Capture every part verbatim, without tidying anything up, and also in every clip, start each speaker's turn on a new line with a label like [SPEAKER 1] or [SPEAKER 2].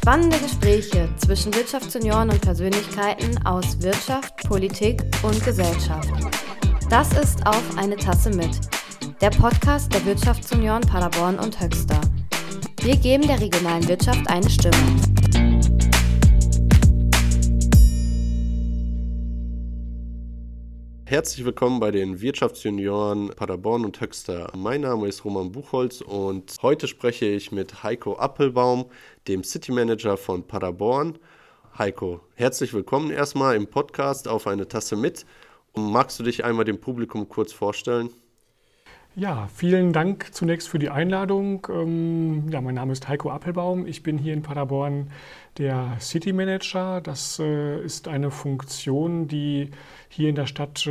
[SPEAKER 1] Spannende Gespräche zwischen Wirtschaftsjunioren und Persönlichkeiten aus Wirtschaft, Politik und Gesellschaft. Das ist Auf eine Tasse mit, der Podcast der Wirtschaftsjunioren Paderborn und Höxter. Wir geben der regionalen Wirtschaft eine Stimme.
[SPEAKER 2] Herzlich willkommen bei den Wirtschaftsjunioren Paderborn und Höxter. Mein Name ist Roman Buchholz und heute spreche ich mit Heiko Appelbaum, dem City Manager von Paderborn. Heiko, herzlich willkommen erstmal im Podcast Auf eine Tasse mit. Und magst du dich einmal dem Publikum kurz vorstellen?
[SPEAKER 3] Ja, vielen Dank zunächst für die Einladung. Ja, mein Name ist Heiko Appelbaum. Ich bin hier in Paderborn der City Manager. Das ist eine Funktion, die hier in der Stadt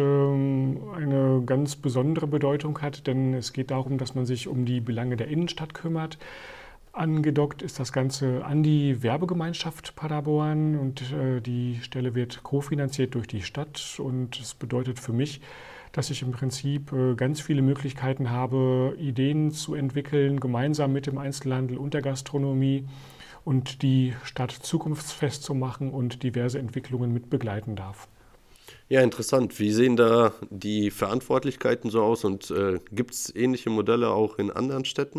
[SPEAKER 3] eine ganz besondere Bedeutung hat, denn es geht darum, dass man sich um die Belange der Innenstadt kümmert. Angedockt ist das Ganze an die Werbegemeinschaft Paderborn und die Stelle wird kofinanziert durch die Stadt und es bedeutet für mich, dass ich im Prinzip ganz viele Möglichkeiten habe, Ideen zu entwickeln, gemeinsam mit dem Einzelhandel und der Gastronomie und die Stadt zukunftsfest zu machen und diverse Entwicklungen mit begleiten darf.
[SPEAKER 2] Ja, interessant. Wie sehen da die Verantwortlichkeiten so aus und äh, gibt es ähnliche Modelle auch in anderen Städten?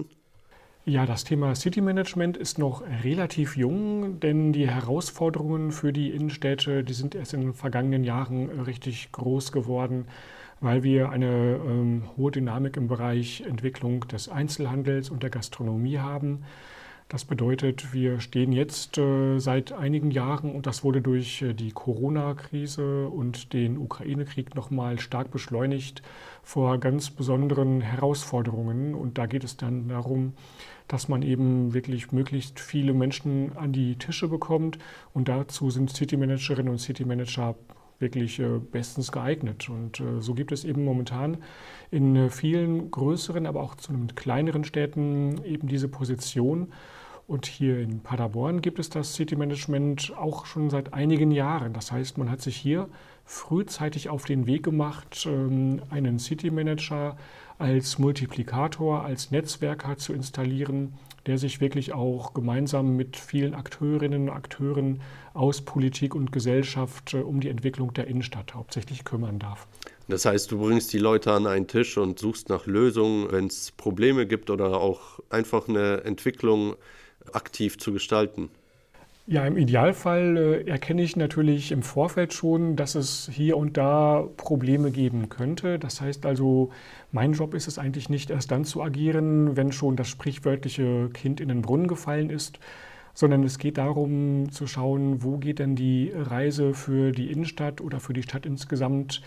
[SPEAKER 3] Ja, das Thema City Management ist noch relativ jung, denn die Herausforderungen für die Innenstädte, die sind erst in den vergangenen Jahren richtig groß geworden, weil wir eine ähm, hohe Dynamik im Bereich Entwicklung des Einzelhandels und der Gastronomie haben. Das bedeutet, wir stehen jetzt äh, seit einigen Jahren, und das wurde durch äh, die Corona-Krise und den Ukraine-Krieg nochmal stark beschleunigt, vor ganz besonderen Herausforderungen. Und da geht es dann darum, dass man eben wirklich möglichst viele Menschen an die Tische bekommt. Und dazu sind City-Managerinnen und City-Manager wirklich äh, bestens geeignet. Und äh, so gibt es eben momentan in äh, vielen größeren, aber auch zunehmend kleineren Städten eben diese Position. Und hier in Paderborn gibt es das City Management auch schon seit einigen Jahren. Das heißt, man hat sich hier frühzeitig auf den Weg gemacht, ähm, einen City Manager als Multiplikator, als Netzwerker zu installieren, der sich wirklich auch gemeinsam mit vielen Akteurinnen und Akteuren aus Politik und Gesellschaft äh, um die Entwicklung der Innenstadt hauptsächlich kümmern darf.
[SPEAKER 2] Das heißt, du bringst die Leute an einen Tisch und suchst nach Lösungen, wenn es Probleme gibt oder auch einfach eine Entwicklung aktiv zu gestalten.
[SPEAKER 3] Ja, im Idealfall äh, erkenne ich natürlich im Vorfeld schon, dass es hier und da Probleme geben könnte. Das heißt also, mein Job ist es eigentlich nicht erst dann zu agieren, wenn schon das sprichwörtliche Kind in den Brunnen gefallen ist, sondern es geht darum zu schauen, wo geht denn die Reise für die Innenstadt oder für die Stadt insgesamt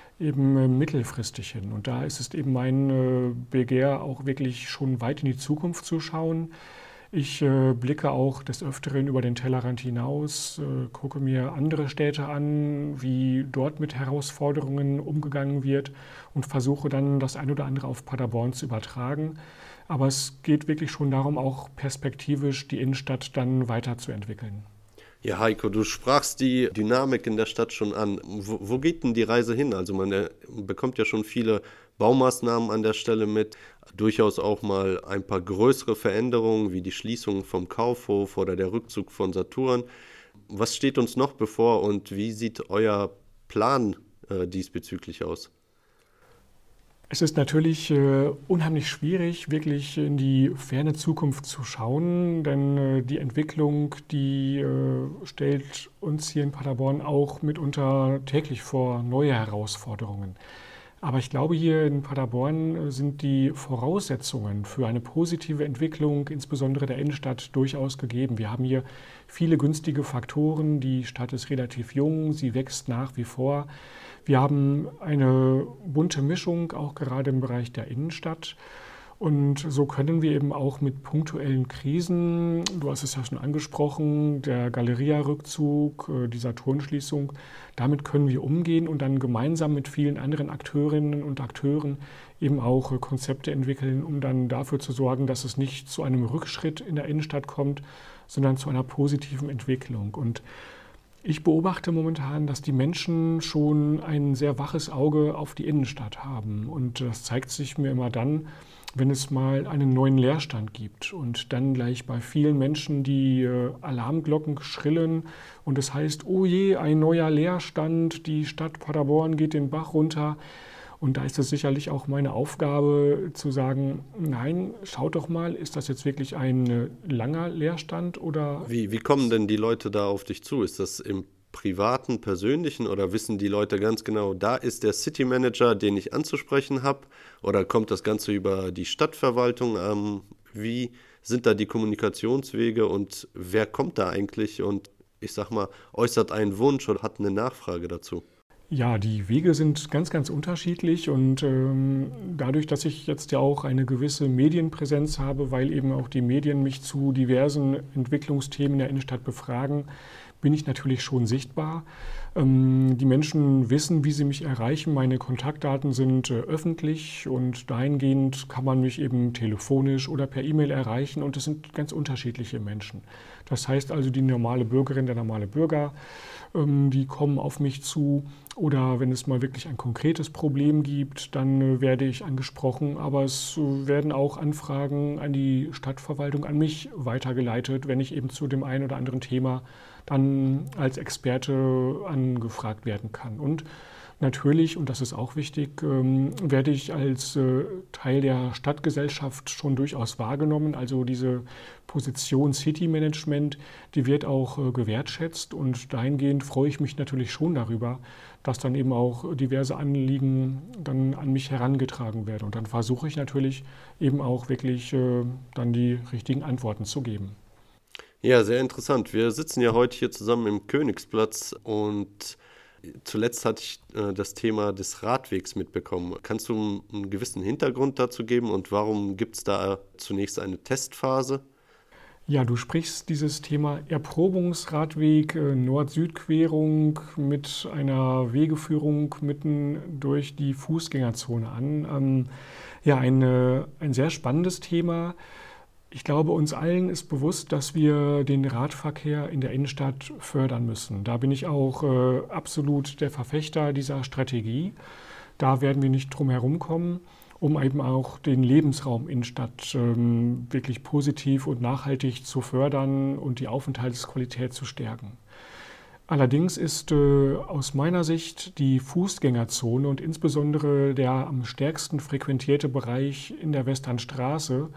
[SPEAKER 3] eben mittelfristig hin. Und da ist es eben mein äh, Begehr, auch wirklich schon weit in die Zukunft zu schauen. Ich äh, blicke auch des Öfteren über den Tellerrand hinaus, äh, gucke mir andere Städte an, wie dort mit Herausforderungen umgegangen wird und versuche dann das ein oder andere auf Paderborn zu übertragen. Aber es geht wirklich schon darum, auch perspektivisch die Innenstadt dann weiterzuentwickeln.
[SPEAKER 2] Ja, Heiko, du sprachst die Dynamik in der Stadt schon an. Wo, wo geht denn die Reise hin? Also man äh, bekommt ja schon viele Baumaßnahmen an der Stelle mit, durchaus auch mal ein paar größere Veränderungen wie die Schließung vom Kaufhof oder der Rückzug von Saturn. Was steht uns noch bevor und wie sieht euer Plan äh, diesbezüglich aus?
[SPEAKER 3] Es ist natürlich äh, unheimlich schwierig, wirklich in die ferne Zukunft zu schauen, denn äh, die Entwicklung, die äh, stellt uns hier in Paderborn auch mitunter täglich vor neue Herausforderungen. Aber ich glaube, hier in Paderborn sind die Voraussetzungen für eine positive Entwicklung, insbesondere der Innenstadt, durchaus gegeben. Wir haben hier viele günstige Faktoren. Die Stadt ist relativ jung, sie wächst nach wie vor. Wir haben eine bunte Mischung, auch gerade im Bereich der Innenstadt. Und so können wir eben auch mit punktuellen Krisen, du hast es ja schon angesprochen, der Galeria-Rückzug, die Saturnschließung, damit können wir umgehen und dann gemeinsam mit vielen anderen Akteurinnen und Akteuren eben auch Konzepte entwickeln, um dann dafür zu sorgen, dass es nicht zu einem Rückschritt in der Innenstadt kommt, sondern zu einer positiven Entwicklung. Und ich beobachte momentan, dass die Menschen schon ein sehr waches Auge auf die Innenstadt haben. Und das zeigt sich mir immer dann, wenn es mal einen neuen Leerstand gibt und dann gleich bei vielen Menschen die äh, Alarmglocken schrillen und es heißt, oh je, ein neuer Leerstand, die Stadt Paderborn geht den Bach runter. Und da ist es sicherlich auch meine Aufgabe zu sagen, nein, schaut doch mal, ist das jetzt wirklich ein äh, langer Leerstand oder...
[SPEAKER 2] Wie, wie kommen denn die Leute da auf dich zu? Ist das im privaten, persönlichen oder wissen die Leute ganz genau, da ist der City Manager, den ich anzusprechen habe? Oder kommt das Ganze über die Stadtverwaltung? Ähm, wie sind da die Kommunikationswege und wer kommt da eigentlich und ich sag mal, äußert einen Wunsch oder hat eine Nachfrage dazu?
[SPEAKER 3] Ja, die Wege sind ganz, ganz unterschiedlich und ähm, dadurch, dass ich jetzt ja auch eine gewisse Medienpräsenz habe, weil eben auch die Medien mich zu diversen Entwicklungsthemen in der Innenstadt befragen, bin ich natürlich schon sichtbar. Ähm, die Menschen wissen, wie sie mich erreichen. Meine Kontaktdaten sind äh, öffentlich und dahingehend kann man mich eben telefonisch oder per E-Mail erreichen und es sind ganz unterschiedliche Menschen. Das heißt also, die normale Bürgerin, der normale Bürger, ähm, die kommen auf mich zu oder wenn es mal wirklich ein konkretes Problem gibt, dann äh, werde ich angesprochen. Aber es äh, werden auch Anfragen an die Stadtverwaltung, an mich weitergeleitet, wenn ich eben zu dem einen oder anderen Thema dann als Experte angefragt werden kann. Und natürlich, und das ist auch wichtig, ähm, werde ich als äh, Teil der Stadtgesellschaft schon durchaus wahrgenommen. Also diese Position City Management, die wird auch äh, gewertschätzt und dahingehend freue ich mich natürlich schon darüber, dass dann eben auch diverse Anliegen dann an mich herangetragen werden. Und dann versuche ich natürlich eben auch wirklich äh, dann die richtigen Antworten zu geben.
[SPEAKER 2] Ja, sehr interessant. Wir sitzen ja heute hier zusammen im Königsplatz und zuletzt hatte ich äh, das Thema des Radwegs mitbekommen. Kannst du einen gewissen Hintergrund dazu geben und warum gibt es da zunächst eine Testphase?
[SPEAKER 3] Ja, du sprichst dieses Thema Erprobungsradweg, äh, Nord-Süd-Querung mit einer Wegeführung mitten durch die Fußgängerzone an. Ähm, ja, eine, ein sehr spannendes Thema. Ich glaube, uns allen ist bewusst, dass wir den Radverkehr in der Innenstadt fördern müssen. Da bin ich auch äh, absolut der Verfechter dieser Strategie. Da werden wir nicht drum herum kommen, um eben auch den Lebensraum Innenstadt ähm, wirklich positiv und nachhaltig zu fördern und die Aufenthaltsqualität zu stärken. Allerdings ist äh, aus meiner Sicht die Fußgängerzone und insbesondere der am stärksten frequentierte Bereich in der Westernstraße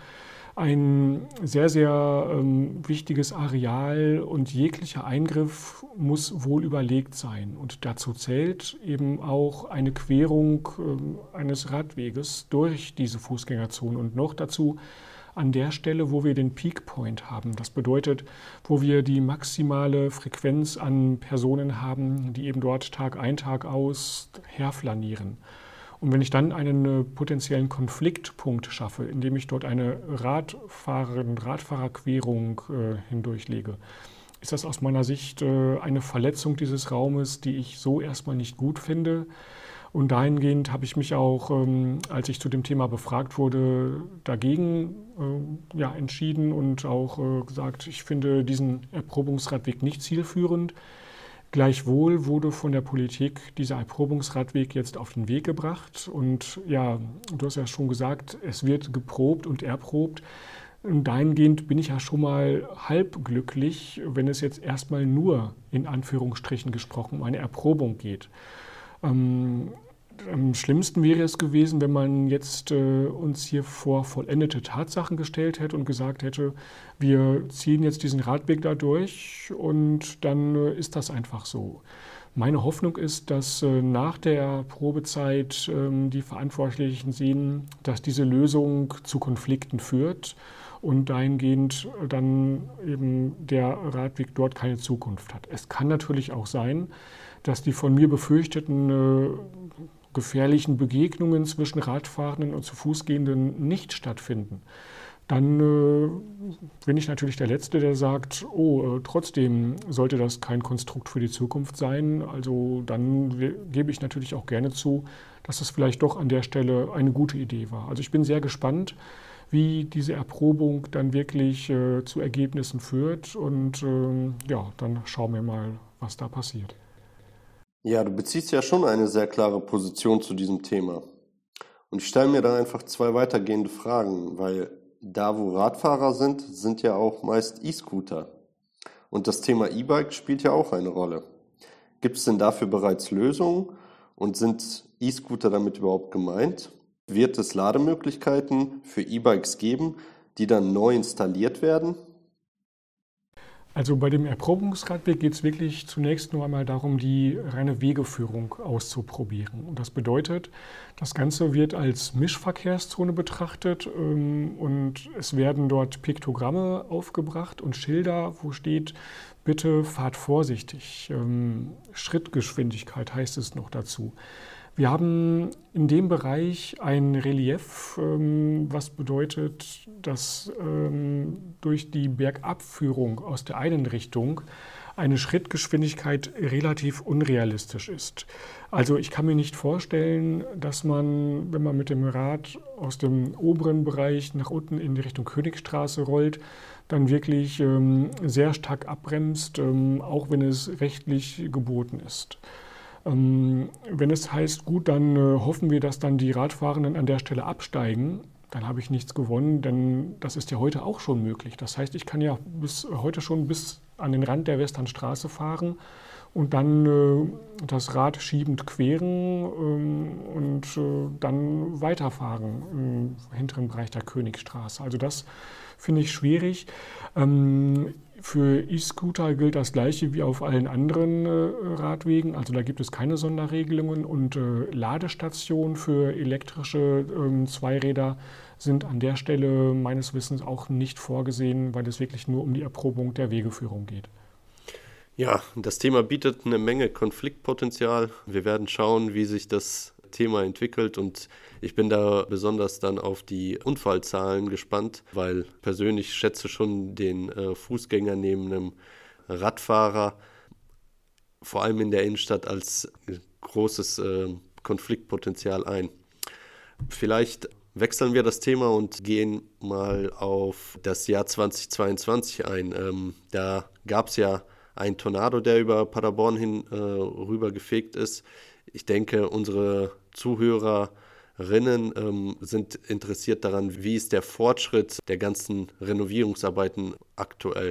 [SPEAKER 3] ein sehr, sehr ähm, wichtiges Areal und jeglicher Eingriff muss wohl überlegt sein. Und dazu zählt eben auch eine Querung ähm, eines Radweges durch diese Fußgängerzone und noch dazu an der Stelle, wo wir den Peak Point haben. Das bedeutet, wo wir die maximale Frequenz an Personen haben, die eben dort Tag ein, Tag aus herflanieren. Und wenn ich dann einen äh, potenziellen Konfliktpunkt schaffe, indem ich dort eine Radfahrerin, Radfahrerquerung äh, hindurchlege, ist das aus meiner Sicht äh, eine Verletzung dieses Raumes, die ich so erstmal nicht gut finde. Und dahingehend habe ich mich auch, ähm, als ich zu dem Thema befragt wurde, dagegen äh, ja, entschieden und auch äh, gesagt, ich finde diesen Erprobungsradweg nicht zielführend. Gleichwohl wurde von der Politik dieser Erprobungsradweg jetzt auf den Weg gebracht und ja, du hast ja schon gesagt, es wird geprobt und erprobt. Und dahingehend bin ich ja schon mal halb glücklich, wenn es jetzt erstmal nur in Anführungsstrichen gesprochen um eine Erprobung geht. Ähm, Am schlimmsten wäre es gewesen, wenn man jetzt äh, uns hier vor vollendete Tatsachen gestellt hätte und gesagt hätte, wir ziehen jetzt diesen Radweg da durch und dann äh, ist das einfach so. Meine Hoffnung ist, dass äh, nach der Probezeit äh, die Verantwortlichen sehen, dass diese Lösung zu Konflikten führt und dahingehend dann eben der Radweg dort keine Zukunft hat. Es kann natürlich auch sein, dass die von mir befürchteten äh, gefährlichen Begegnungen zwischen Radfahrenden und zu Fußgehenden nicht stattfinden. Dann äh, bin ich natürlich der Letzte, der sagt, oh, äh, trotzdem sollte das kein Konstrukt für die Zukunft sein. Also dann we- gebe ich natürlich auch gerne zu, dass es vielleicht doch an der Stelle eine gute Idee war. Also ich bin sehr gespannt, wie diese Erprobung dann wirklich äh, zu Ergebnissen führt. Und äh, ja, dann schauen wir mal, was da passiert.
[SPEAKER 2] Ja, du beziehst ja schon eine sehr klare Position zu diesem Thema. Und ich stelle mir da einfach zwei weitergehende Fragen, weil da, wo Radfahrer sind, sind ja auch meist E-Scooter. Und das Thema E-Bike spielt ja auch eine Rolle. Gibt es denn dafür bereits Lösungen und sind E-Scooter damit überhaupt gemeint? Wird es Lademöglichkeiten für E-Bikes geben, die dann neu installiert werden?
[SPEAKER 3] Also bei dem Erprobungsradweg geht es wirklich zunächst nur einmal darum, die reine Wegeführung auszuprobieren. Und das bedeutet, das Ganze wird als Mischverkehrszone betrachtet ähm, und es werden dort Piktogramme aufgebracht und Schilder, wo steht, bitte fahrt vorsichtig. Ähm, Schrittgeschwindigkeit heißt es noch dazu. Wir haben in dem Bereich ein Relief, ähm, was bedeutet, dass ähm, durch die Bergabführung aus der einen Richtung eine Schrittgeschwindigkeit relativ unrealistisch ist. Also ich kann mir nicht vorstellen, dass man, wenn man mit dem Rad aus dem oberen Bereich nach unten in die Richtung Königstraße rollt, dann wirklich ähm, sehr stark abbremst, ähm, auch wenn es rechtlich geboten ist. Wenn es heißt, gut, dann äh, hoffen wir, dass dann die Radfahrenden an der Stelle absteigen, dann habe ich nichts gewonnen, denn das ist ja heute auch schon möglich. Das heißt, ich kann ja bis heute schon bis an den Rand der Westernstraße fahren und dann äh, das Rad schiebend queren ähm, und äh, dann weiterfahren im hinteren Bereich der Königstraße. Also das finde ich schwierig. Ähm, Für E-Scooter gilt das Gleiche wie auf allen anderen äh, Radwegen. Also da gibt es keine Sonderregelungen und äh, Ladestationen für elektrische äh, Zweiräder sind an der Stelle meines Wissens auch nicht vorgesehen, weil es wirklich nur um die Erprobung der Wegeführung geht.
[SPEAKER 2] Ja, das Thema bietet eine Menge Konfliktpotenzial. Wir werden schauen, wie sich das Thema entwickelt und ich bin da besonders dann auf die Unfallzahlen gespannt, weil persönlich schätze schon den äh, Fußgänger neben einem Radfahrer vor allem in der Innenstadt als großes äh, Konfliktpotenzial ein. Vielleicht wechseln wir das Thema und gehen mal auf das Jahr zweitausendzweiundzwanzig ein. Ähm, da gab es ja einen Tornado, der über Paderborn hin äh, rüber gefegt ist. Ich denke, unsere Zuhörerinnen ähm, sind interessiert daran, wie ist der Fortschritt der ganzen Renovierungsarbeiten aktuell?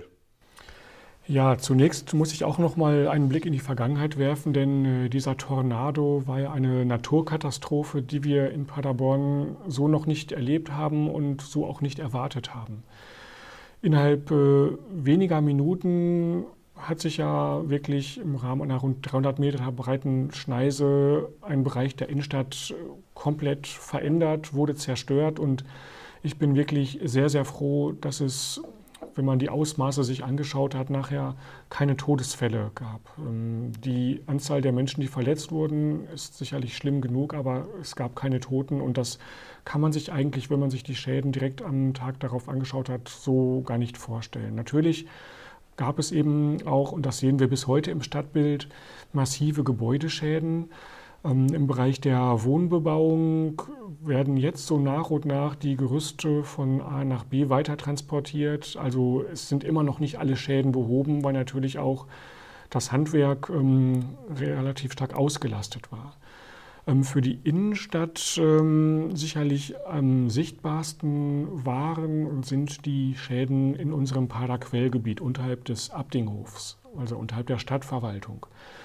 [SPEAKER 3] Ja, zunächst muss ich auch noch mal einen Blick in die Vergangenheit werfen, denn äh, dieser Tornado war ja eine Naturkatastrophe, die wir in Paderborn so noch nicht erlebt haben und so auch nicht erwartet haben. Innerhalb äh, weniger Minuten hat sich ja wirklich im Rahmen einer rund dreihundert Meter breiten Schneise ein Bereich der Innenstadt komplett verändert, wurde zerstört und ich bin wirklich sehr, sehr froh, dass es, wenn man die Ausmaße sich angeschaut hat, nachher keine Todesfälle gab. Die Anzahl der Menschen, die verletzt wurden, ist sicherlich schlimm genug, aber es gab keine Toten und das kann man sich eigentlich, wenn man sich die Schäden direkt am Tag darauf angeschaut hat, so gar nicht vorstellen. Natürlich gab es eben auch, und das sehen wir bis heute im Stadtbild, massive Gebäudeschäden. Ähm, Im Bereich der Wohnbebauung werden jetzt so nach und nach die Gerüste von A nach B weiter transportiert. Also es sind immer noch nicht alle Schäden behoben, weil natürlich auch das Handwerk ähm, relativ stark ausgelastet war. Ähm, für die Innenstadt ähm, sicherlich am sichtbarsten waren und sind die Schäden in unserem Pader-Quellgebiet unterhalb des Abdinghofs, also unterhalb der Stadtverwaltung.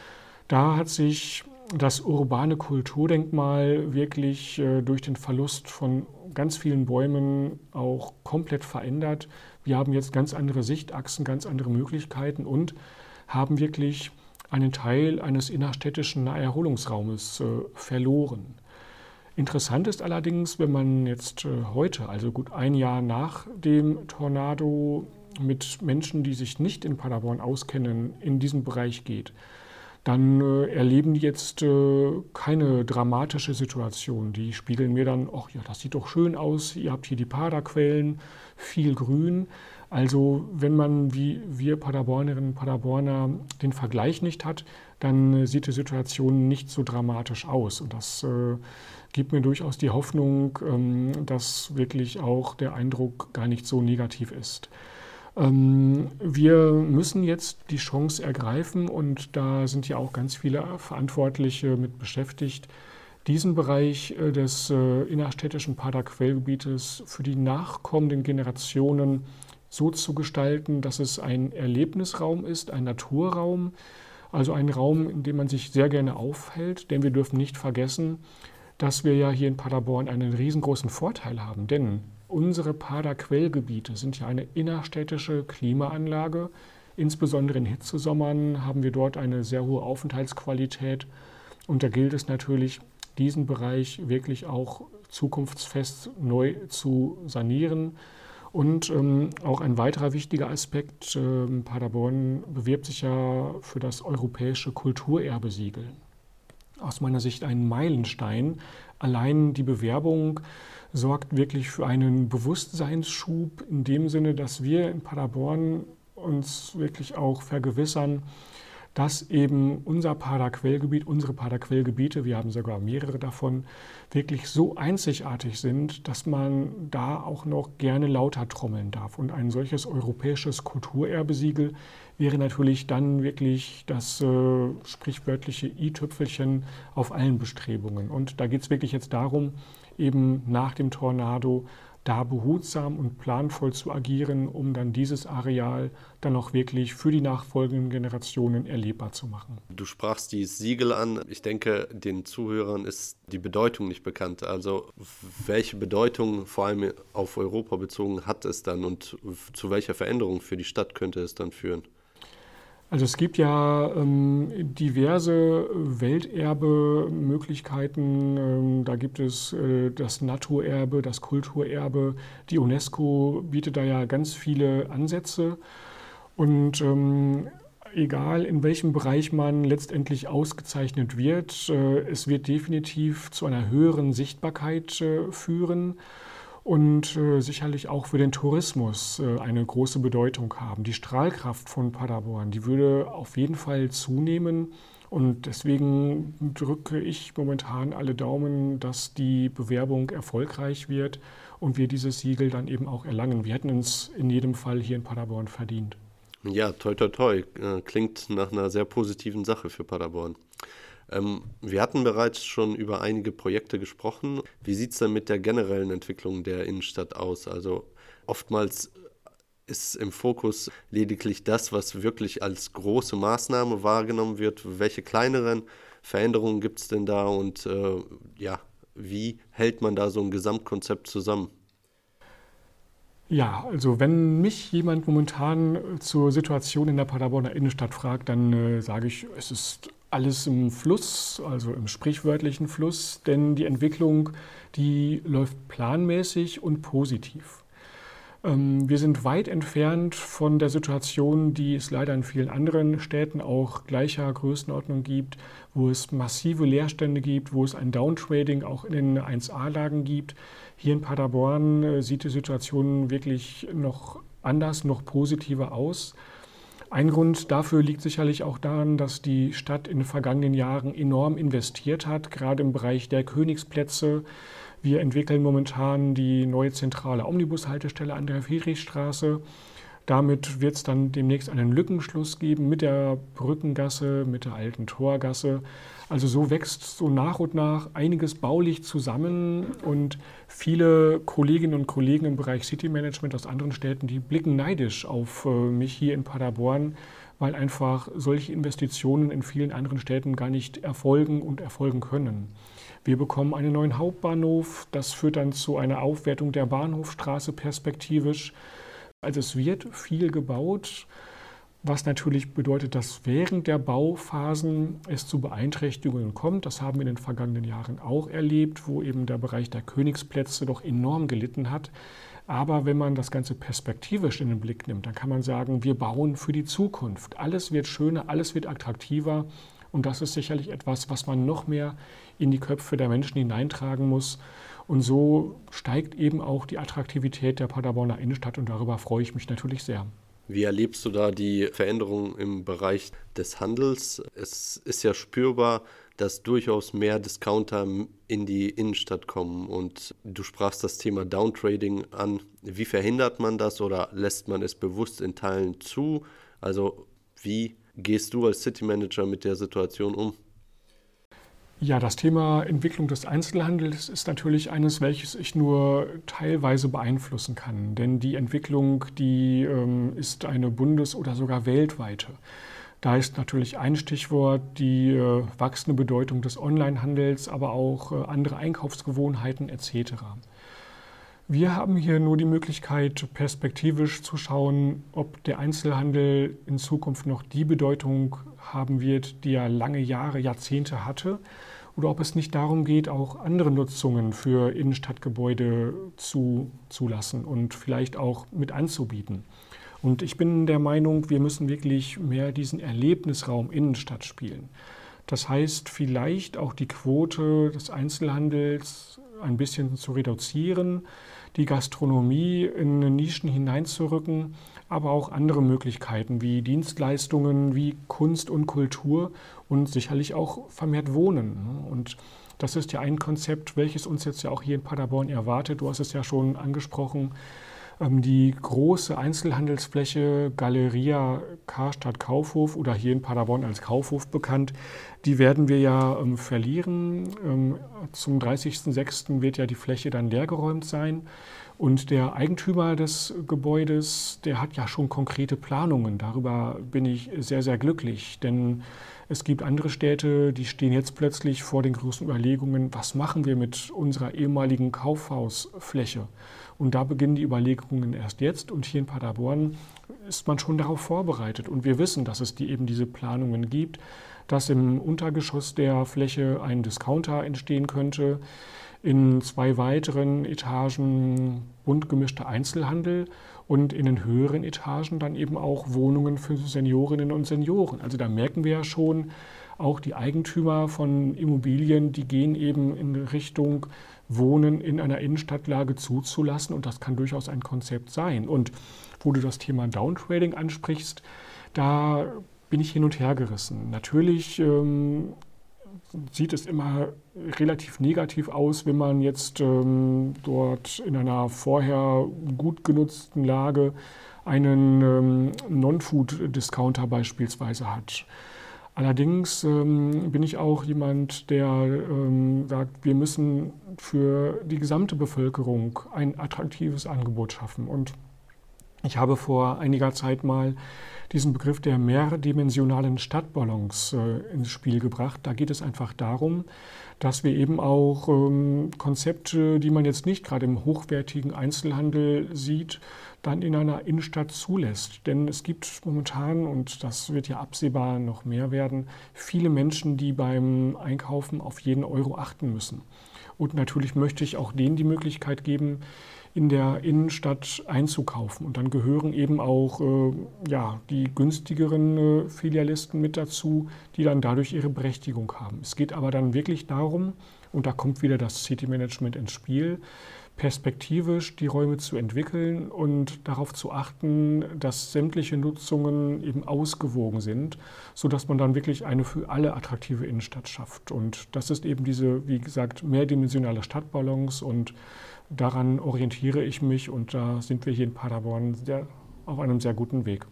[SPEAKER 3] Da hat sich das urbane Kulturdenkmal wirklich äh, durch den Verlust von ganz vielen Bäumen auch komplett verändert. Wir haben jetzt ganz andere Sichtachsen, ganz andere Möglichkeiten und haben wirklich einen Teil eines innerstädtischen Naherholungsraumes äh, verloren. Interessant ist allerdings, wenn man jetzt äh, heute, also gut ein Jahr nach dem Tornado, mit Menschen, die sich nicht in Paderborn auskennen, in diesen Bereich geht, dann äh, erleben die jetzt äh, keine dramatische Situation. Die spiegeln mir dann, ach ja, das sieht doch schön aus, ihr habt hier die Paderquellen, viel Grün. Also wenn man wie wir Paderbornerinnen und Paderborner den Vergleich nicht hat, dann äh, sieht die Situation nicht so dramatisch aus. Und das äh, gibt mir durchaus die Hoffnung, ähm, dass wirklich auch der Eindruck gar nicht so negativ ist. Wir müssen jetzt die Chance ergreifen und da sind ja auch ganz viele Verantwortliche mit beschäftigt, diesen Bereich des innerstädtischen Pader-Quellgebietes für die nachkommenden Generationen so zu gestalten, dass es ein Erlebnisraum ist, ein Naturraum, also ein Raum, in dem man sich sehr gerne aufhält, denn wir dürfen nicht vergessen, dass wir ja hier in Paderborn einen riesengroßen Vorteil haben, denn unsere Pader-Quellgebiete sind ja eine innerstädtische Klimaanlage. Insbesondere in Hitzesommern haben wir dort eine sehr hohe Aufenthaltsqualität und da gilt es natürlich, diesen Bereich wirklich auch zukunftsfest neu zu sanieren. Und ähm, auch ein weiterer wichtiger Aspekt, äh, Paderborn bewirbt sich ja für das europäische Kulturerbesiegel. Aus meiner Sicht ein Meilenstein. Allein die Bewerbung sorgt wirklich für einen Bewusstseinsschub in dem Sinne, dass wir in Paderborn uns wirklich auch vergewissern, dass eben unser Pader-Quellgebiet, unsere Pader-Quellgebiete, wir haben sogar mehrere davon, wirklich so einzigartig sind, dass man da auch noch gerne lauter trommeln darf. Und ein solches europäisches Kulturerbesiegel wäre natürlich dann wirklich das äh, sprichwörtliche i-Tüpfelchen auf allen Bestrebungen. Und da geht es wirklich jetzt darum, eben nach dem Tornado da behutsam und planvoll zu agieren, um dann dieses Areal dann auch wirklich für die nachfolgenden Generationen erlebbar zu machen.
[SPEAKER 2] Du sprachst die Siegel an. Ich denke, den Zuhörern ist die Bedeutung nicht bekannt. Also welche Bedeutung vor allem auf Europa bezogen hat es dann und zu welcher Veränderung für die Stadt könnte es dann führen?
[SPEAKER 3] Also es gibt ja ähm, diverse Welterbemöglichkeiten. Ähm, da gibt es äh, das Naturerbe, das Kulturerbe. Die UNESCO bietet da ja ganz viele Ansätze. Und ähm, egal in welchem Bereich man letztendlich ausgezeichnet wird, äh, es wird definitiv zu einer höheren Sichtbarkeit äh, führen. Und äh, sicherlich auch für den Tourismus äh, eine große Bedeutung haben. Die Strahlkraft von Paderborn, die würde auf jeden Fall zunehmen und deswegen drücke ich momentan alle Daumen, dass die Bewerbung erfolgreich wird und wir dieses Siegel dann eben auch erlangen. Wir hätten uns in jedem Fall hier in Paderborn verdient.
[SPEAKER 2] Ja, toi toi toi, klingt nach einer sehr positiven Sache für Paderborn. Ähm, wir hatten bereits schon über einige Projekte gesprochen. Wie sieht es denn mit der generellen Entwicklung der Innenstadt aus? Also oftmals ist im Fokus lediglich das, was wirklich als große Maßnahme wahrgenommen wird. Welche kleineren Veränderungen gibt es denn da und äh, ja, wie hält man da so ein Gesamtkonzept zusammen?
[SPEAKER 3] Ja, also wenn mich jemand momentan zur Situation in der Paderborner Innenstadt fragt, dann äh, sage ich, es ist alles im Fluss, also im sprichwörtlichen Fluss, denn die Entwicklung, die läuft planmäßig und positiv. Ähm, wir sind weit entfernt von der Situation, die es leider in vielen anderen Städten auch gleicher Größenordnung gibt, wo es massive Leerstände gibt, wo es ein Downtrading auch in den eins A-Lagen gibt. Hier in Paderborn äh, sieht die Situation wirklich noch anders, noch positiver aus. Ein Grund dafür liegt sicherlich auch daran, dass die Stadt in den vergangenen Jahren enorm investiert hat, gerade im Bereich der Königsplätze. Wir entwickeln momentan die neue zentrale Omnibushaltestelle an der Friedrichstraße. Damit wird es dann demnächst einen Lückenschluss geben mit der Brückengasse, mit der alten Torgasse. Also so wächst so nach und nach einiges baulich zusammen und viele Kolleginnen und Kollegen im Bereich City Management aus anderen Städten, die blicken neidisch auf mich hier in Paderborn, weil einfach solche Investitionen in vielen anderen Städten gar nicht erfolgen und erfolgen können. Wir bekommen einen neuen Hauptbahnhof, das führt dann zu einer Aufwertung der Bahnhofstraße perspektivisch. Also es wird viel gebaut, was natürlich bedeutet, dass während der Bauphasen es zu Beeinträchtigungen kommt. Das haben wir in den vergangenen Jahren auch erlebt, wo eben der Bereich der Königsplätze doch enorm gelitten hat. Aber wenn man das Ganze perspektivisch in den Blick nimmt, dann kann man sagen, wir bauen für die Zukunft. Alles wird schöner, alles wird attraktiver und das ist sicherlich etwas, was man noch mehr in die Köpfe der Menschen hineintragen muss. Und so steigt eben auch die Attraktivität der Paderborner Innenstadt und darüber freue ich mich natürlich sehr.
[SPEAKER 2] Wie erlebst du da die Veränderungen im Bereich des Handels? Es ist ja spürbar, dass durchaus mehr Discounter in die Innenstadt kommen und du sprachst das Thema Downtrading an. Wie verhindert man das oder lässt man es bewusst in Teilen zu? Also wie gehst du als City Manager mit der Situation um?
[SPEAKER 3] Ja, das Thema Entwicklung des Einzelhandels ist natürlich eines, welches ich nur teilweise beeinflussen kann. Denn die Entwicklung, die ähm, ist eine bundes- oder sogar weltweite. Da ist natürlich ein Stichwort die äh, wachsende Bedeutung des Onlinehandels, aber auch äh, andere Einkaufsgewohnheiten et cetera. Wir haben hier nur die Möglichkeit, perspektivisch zu schauen, ob der Einzelhandel in Zukunft noch die Bedeutung haben wird, die er lange Jahre, Jahrzehnte hatte, oder ob es nicht darum geht, auch andere Nutzungen für Innenstadtgebäude zu, zulassen und vielleicht auch mit anzubieten. Und ich bin der Meinung, wir müssen wirklich mehr diesen Erlebnisraum Innenstadt spielen. Das heißt, vielleicht auch die Quote des Einzelhandels ein bisschen zu reduzieren, die Gastronomie in Nischen hineinzurücken, aber auch andere Möglichkeiten wie Dienstleistungen, wie Kunst und Kultur und sicherlich auch vermehrt Wohnen. Und das ist ja ein Konzept, welches uns jetzt ja auch hier in Paderborn erwartet. Du hast es ja schon angesprochen. Die große Einzelhandelsfläche Galeria Karstadt Kaufhof oder hier in Paderborn als Kaufhof bekannt, die werden wir ja ähm, verlieren. Ähm, zum dreißigsten sechsten wird ja die Fläche dann leergeräumt sein. Und der Eigentümer des Gebäudes, der hat ja schon konkrete Planungen. Darüber bin ich sehr, sehr glücklich, denn es gibt andere Städte, die stehen jetzt plötzlich vor den großen Überlegungen, was machen wir mit unserer ehemaligen Kaufhausfläche? Und da beginnen die Überlegungen erst jetzt. Und hier in Paderborn ist man schon darauf vorbereitet. Und wir wissen, dass es die, eben diese Planungen gibt, dass im Untergeschoss der Fläche ein Discounter entstehen könnte, in zwei weiteren Etagen bunt gemischter Einzelhandel und in den höheren Etagen dann eben auch Wohnungen für Seniorinnen und Senioren. Also da merken wir ja schon, auch die Eigentümer von Immobilien, die gehen eben in Richtung Wohnen in einer Innenstadtlage zuzulassen und das kann durchaus ein Konzept sein. Und wo du das Thema Downtrading ansprichst, da bin ich hin und her gerissen. Natürlich ähm, sieht es immer relativ negativ aus, wenn man jetzt ähm, dort in einer vorher gut genutzten Lage einen ähm, Non-Food-Discounter beispielsweise hat. Allerdings ähm, bin ich auch jemand, der ähm, sagt, wir müssen für die gesamte Bevölkerung ein attraktives Angebot schaffen. Und ich habe vor einiger Zeit mal diesen Begriff der mehrdimensionalen Stadtbalance äh, ins Spiel gebracht. Da geht es einfach darum, dass wir eben auch ähm, Konzepte, die man jetzt nicht gerade im hochwertigen Einzelhandel sieht, dann in einer Innenstadt zulässt. Denn es gibt momentan, und das wird ja absehbar noch mehr werden, viele Menschen, die beim Einkaufen auf jeden Euro achten müssen. Und natürlich möchte ich auch denen die Möglichkeit geben, in der Innenstadt einzukaufen. Und dann gehören eben auch äh, ja, die günstigeren äh, Filialisten mit dazu, die dann dadurch ihre Berechtigung haben. Es geht aber dann wirklich darum, und da kommt wieder das City Management ins Spiel, perspektivisch die Räume zu entwickeln und darauf zu achten, dass sämtliche Nutzungen eben ausgewogen sind, sodass man dann wirklich eine für alle attraktive Innenstadt schafft. Und das ist eben diese, wie gesagt, mehrdimensionale Stadtbalance und daran orientiere ich mich und da sind wir hier in Paderborn sehr, auf einem sehr guten Weg.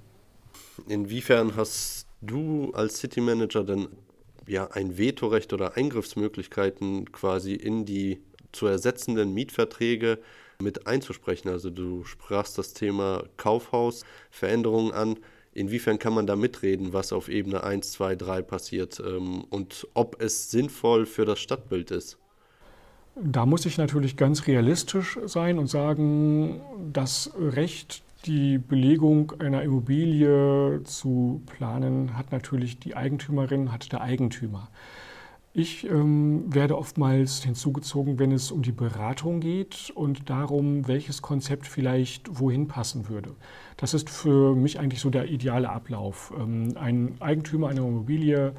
[SPEAKER 2] Inwiefern hast du als City Manager denn ja ein Vetorecht oder Eingriffsmöglichkeiten quasi in die zu ersetzenden Mietverträge mit einzusprechen? Also du sprachst das Thema Kaufhausveränderungen an. Inwiefern kann man da mitreden, was auf Ebene eins, zwei, drei passiert und ob es sinnvoll für das Stadtbild ist?
[SPEAKER 3] Da muss ich natürlich ganz realistisch sein und sagen, das Recht, die Belegung einer Immobilie zu planen, hat natürlich die Eigentümerin, hat der Eigentümer. Ich ähm, werde oftmals hinzugezogen, wenn es um die Beratung geht und darum, welches Konzept vielleicht wohin passen würde. Das ist für mich eigentlich so der ideale Ablauf. Ähm, ein Eigentümer einer Immobilie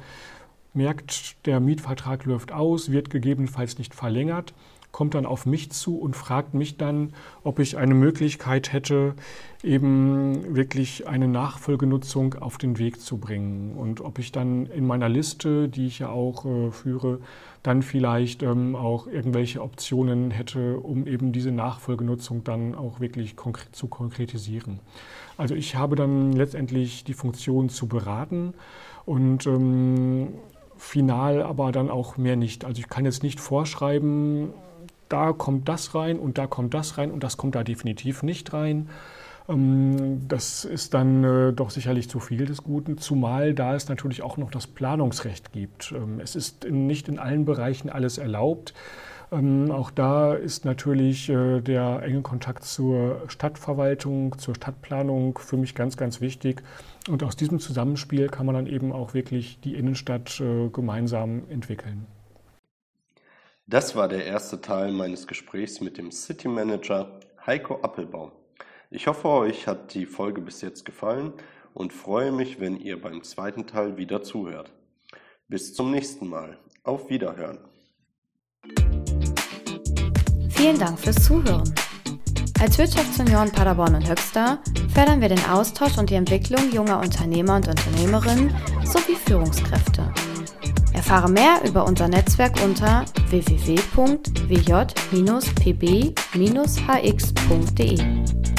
[SPEAKER 3] merkt, der Mietvertrag läuft aus, wird gegebenenfalls nicht verlängert, kommt dann auf mich zu und fragt mich dann, ob ich eine Möglichkeit hätte, eben wirklich eine Nachfolgenutzung auf den Weg zu bringen. Und ob ich dann in meiner Liste, die ich ja auch äh, führe, dann vielleicht ähm, auch irgendwelche Optionen hätte, um eben diese Nachfolgenutzung dann auch wirklich konkret zu konkretisieren. Also ich habe dann letztendlich die Funktion zu beraten und ähm, final, aber dann auch mehr nicht. Also ich kann jetzt nicht vorschreiben, da kommt das rein und da kommt das rein und das kommt da definitiv nicht rein. Das ist dann äh, doch sicherlich zu viel des Guten, zumal da es natürlich auch noch das Planungsrecht gibt. Ähm, es ist in, nicht in allen Bereichen alles erlaubt. Ähm, auch da ist natürlich äh, der enge Kontakt zur Stadtverwaltung, zur Stadtplanung für mich ganz, ganz wichtig. Und aus diesem Zusammenspiel kann man dann eben auch wirklich die Innenstadt äh, gemeinsam entwickeln.
[SPEAKER 2] Das war der erste Teil meines Gesprächs mit dem City Manager Heiko Appelbaum. Ich hoffe, euch hat die Folge bis jetzt gefallen und freue mich, wenn ihr beim zweiten Teil wieder zuhört. Bis zum nächsten Mal. Auf Wiederhören.
[SPEAKER 1] Vielen Dank fürs Zuhören. Als Wirtschaftsunion Paderborn und Höxter fördern wir den Austausch und die Entwicklung junger Unternehmer und Unternehmerinnen sowie Führungskräfte. Erfahre mehr über unser Netzwerk unter w w w punkt w j dash p b dash h x punkt d e.